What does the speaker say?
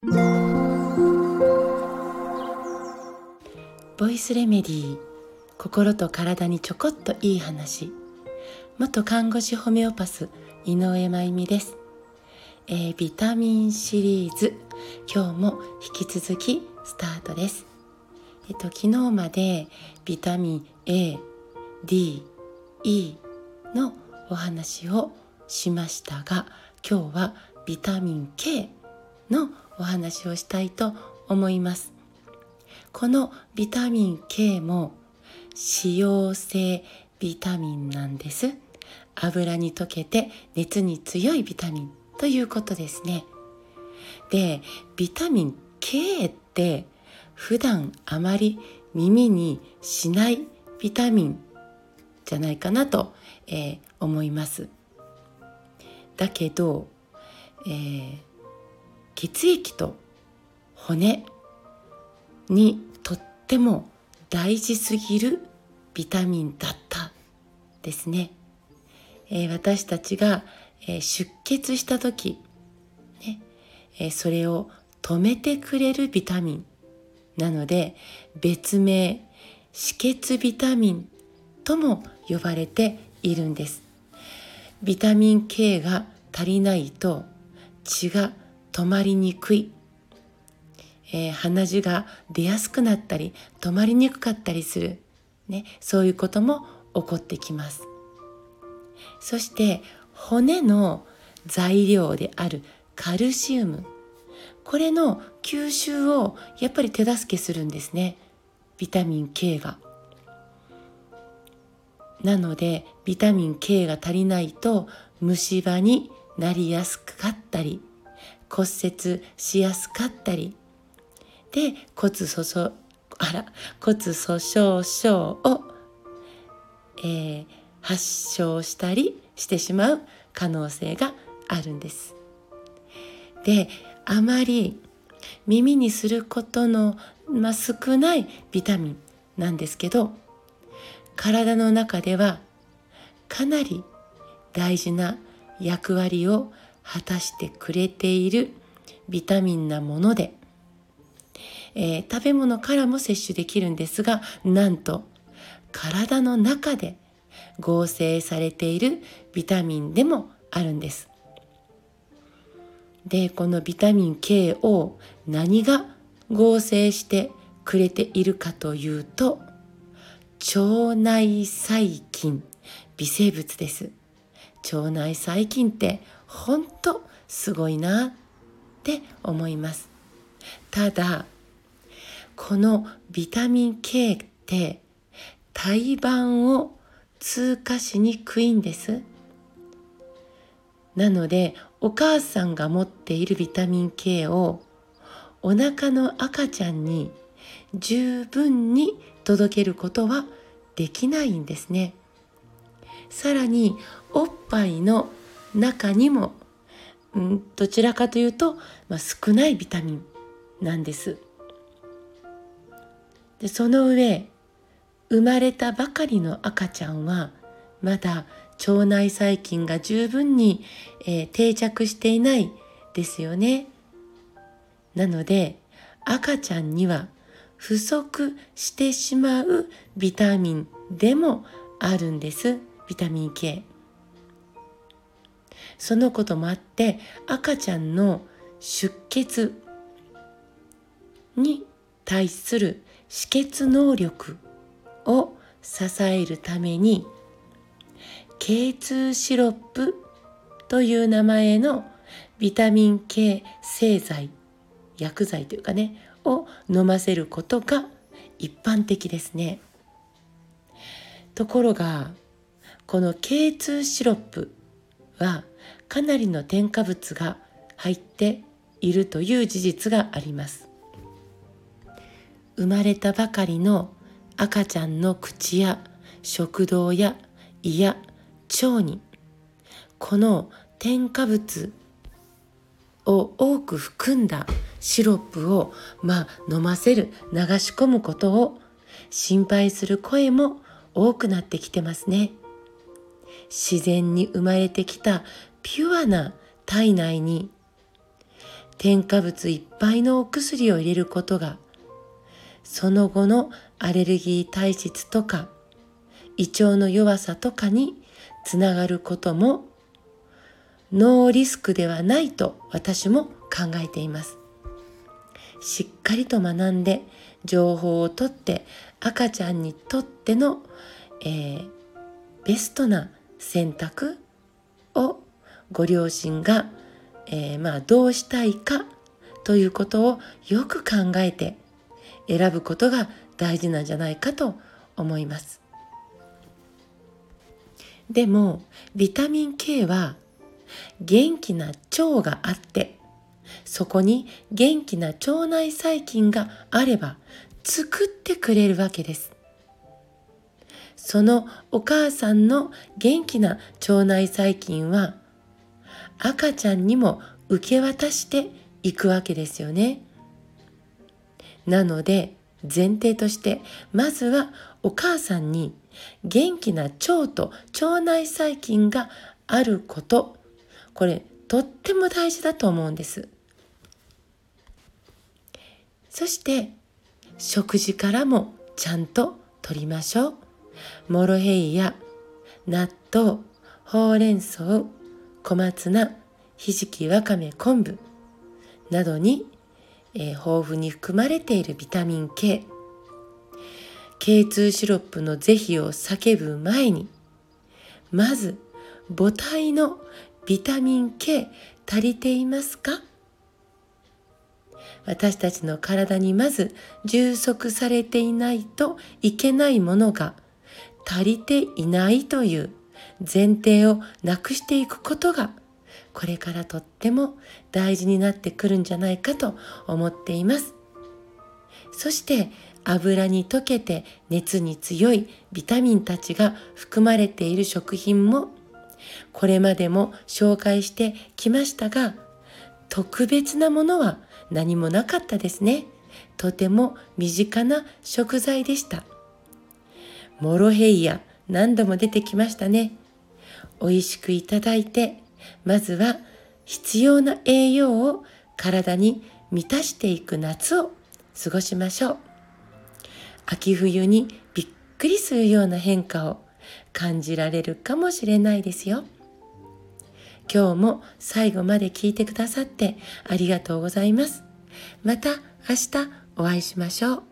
ボイスレメディー、心と体にちょこっといい話。元看護師ホメオパス井上真由美です。ビタミンシリーズ、今日も引き続きスタートです。昨日までビタミン A、D、E のお話をしましたが、今日はビタミン K のお話をしたいと思います。このビタミン K も脂溶性ビタミンなんです。油に溶けて熱に強いビタミンということですね。で、ビタミン K って普段あまり耳にしないビタミンじゃないかなと、思います。だけど、血液と骨にとっても大事すぎるビタミンだったですね。私たちが、出血した時、それを止めてくれるビタミンなので、別名止血ビタミンとも呼ばれているんです。ビタミン K が足りないと血が止まりにくい、鼻血が出やすくなったり止まりにくかったりする、そういうことも起こってきます。そして骨の材料であるカルシウム、これの吸収をやっぱり手助けするんですね、ビタミン K が。なのでビタミン K が足りないと虫歯になりやすかったり、骨折しやすかったりで、骨粗鬆症を、発症したりしてしまう可能性があるんです。で、あまり耳にすることの、少ないビタミンなんですけど、体の中ではかなり大事な役割を果たしてくれているビタミンなもので、食べ物からも摂取できるんですが、なんと体の中で合成されているビタミンでもあるんです。で、このビタミン K を何が合成してくれているかというと、腸内細菌、微生物です。腸内細菌って本当すごいなって思います。ただ、このビタミン K って胎盤を通過しにくいんです。なので、お母さんが持っているビタミン K をお腹の赤ちゃんに十分に届けることはできないんですね。さらにおっぱいの中にも、どちらかというと、少ないビタミンなんです。で、その上、生まれたばかりの赤ちゃんはまだ腸内細菌が十分に、定着していないですよね。なので赤ちゃんには不足してしまうビタミンでもあるんです、ビタミン K。 そのこともあって、赤ちゃんの出血に対する止血能力を支えるために、K2 シロップという名前のビタミン K 製剤、薬剤というかを飲ませることが一般的ですね。ところが、この K2 シロップはかなりの添加物が入っているという事実があります。生まれたばかりの赤ちゃんの口や食道や胃や腸にこの添加物を多く含んだシロップを飲ませる、流し込むことを心配する声も多くなってきてますね。自然に生まれてきたピュアな体内に添加物いっぱいのお薬を入れることが、その後のアレルギー体質とか胃腸の弱さとかにつながることもノーリスクではないと私も考えています。しっかりと学んで情報をとって赤ちゃんにとっての、ベストな選択をご両親が、どうしたいかということをよく考えて選ぶことが大事なんじゃないかと思います。でもビタミン K は元気な腸があって、そこに元気な腸内細菌があれば作ってくれるわけです。そのお母さんの元気な腸内細菌は赤ちゃんにも受け渡していくわけですよね。なので前提として、まずはお母さんに元気な腸と腸内細菌があること、これとっても大事だと思うんです。そして食事からもちゃんととりましょう。モロヘイヤ、納豆、ほうれん草、小松菜、ひじき、わかめ、昆布などに、豊富に含まれているビタミン K。K2 シロップの是非を叫ぶ前に、まず母体のビタミン K 足りていますか？私たちの体にまず充足されていないといけないものが足りていないという前提をなくしていくことが、これからとっても大事になってくるんじゃないかと思っています。そして油に溶けて熱に強いビタミンたちが含まれている食品もこれまでも紹介してきましたが、特別なものは何もなかったですね。とても身近な食材でした。モロヘイヤ、何度も出てきましたね。美味しくいただいて、まずは必要な栄養を体に満たしていく夏を過ごしましょう。秋冬にびっくりするような変化を感じられるかもしれないですよ。今日も最後まで聞いてくださってありがとうございます。また明日お会いしましょう。